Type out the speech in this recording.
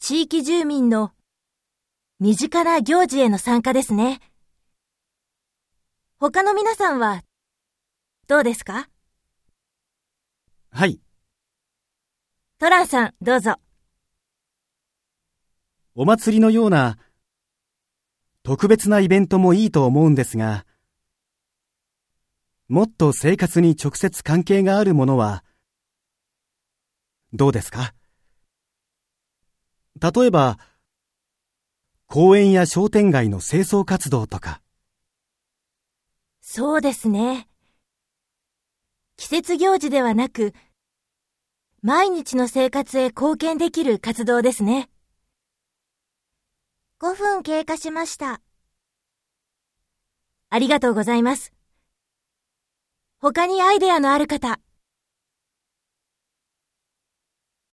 地域住民の身近な行事への参加ですね。他の皆さんはどうですか？ はい。 トランさん、どうぞ。 お祭りのような特別なイベントもいいと思うんですが、もっと生活に直接関係があるものはどうですか？例えば、公園や商店街の清掃活動とか。 そうですね。季節行事ではなく、毎日の生活へ貢献できる活動ですね。5分経過しました。ありがとうございます。他にアイデアのある方。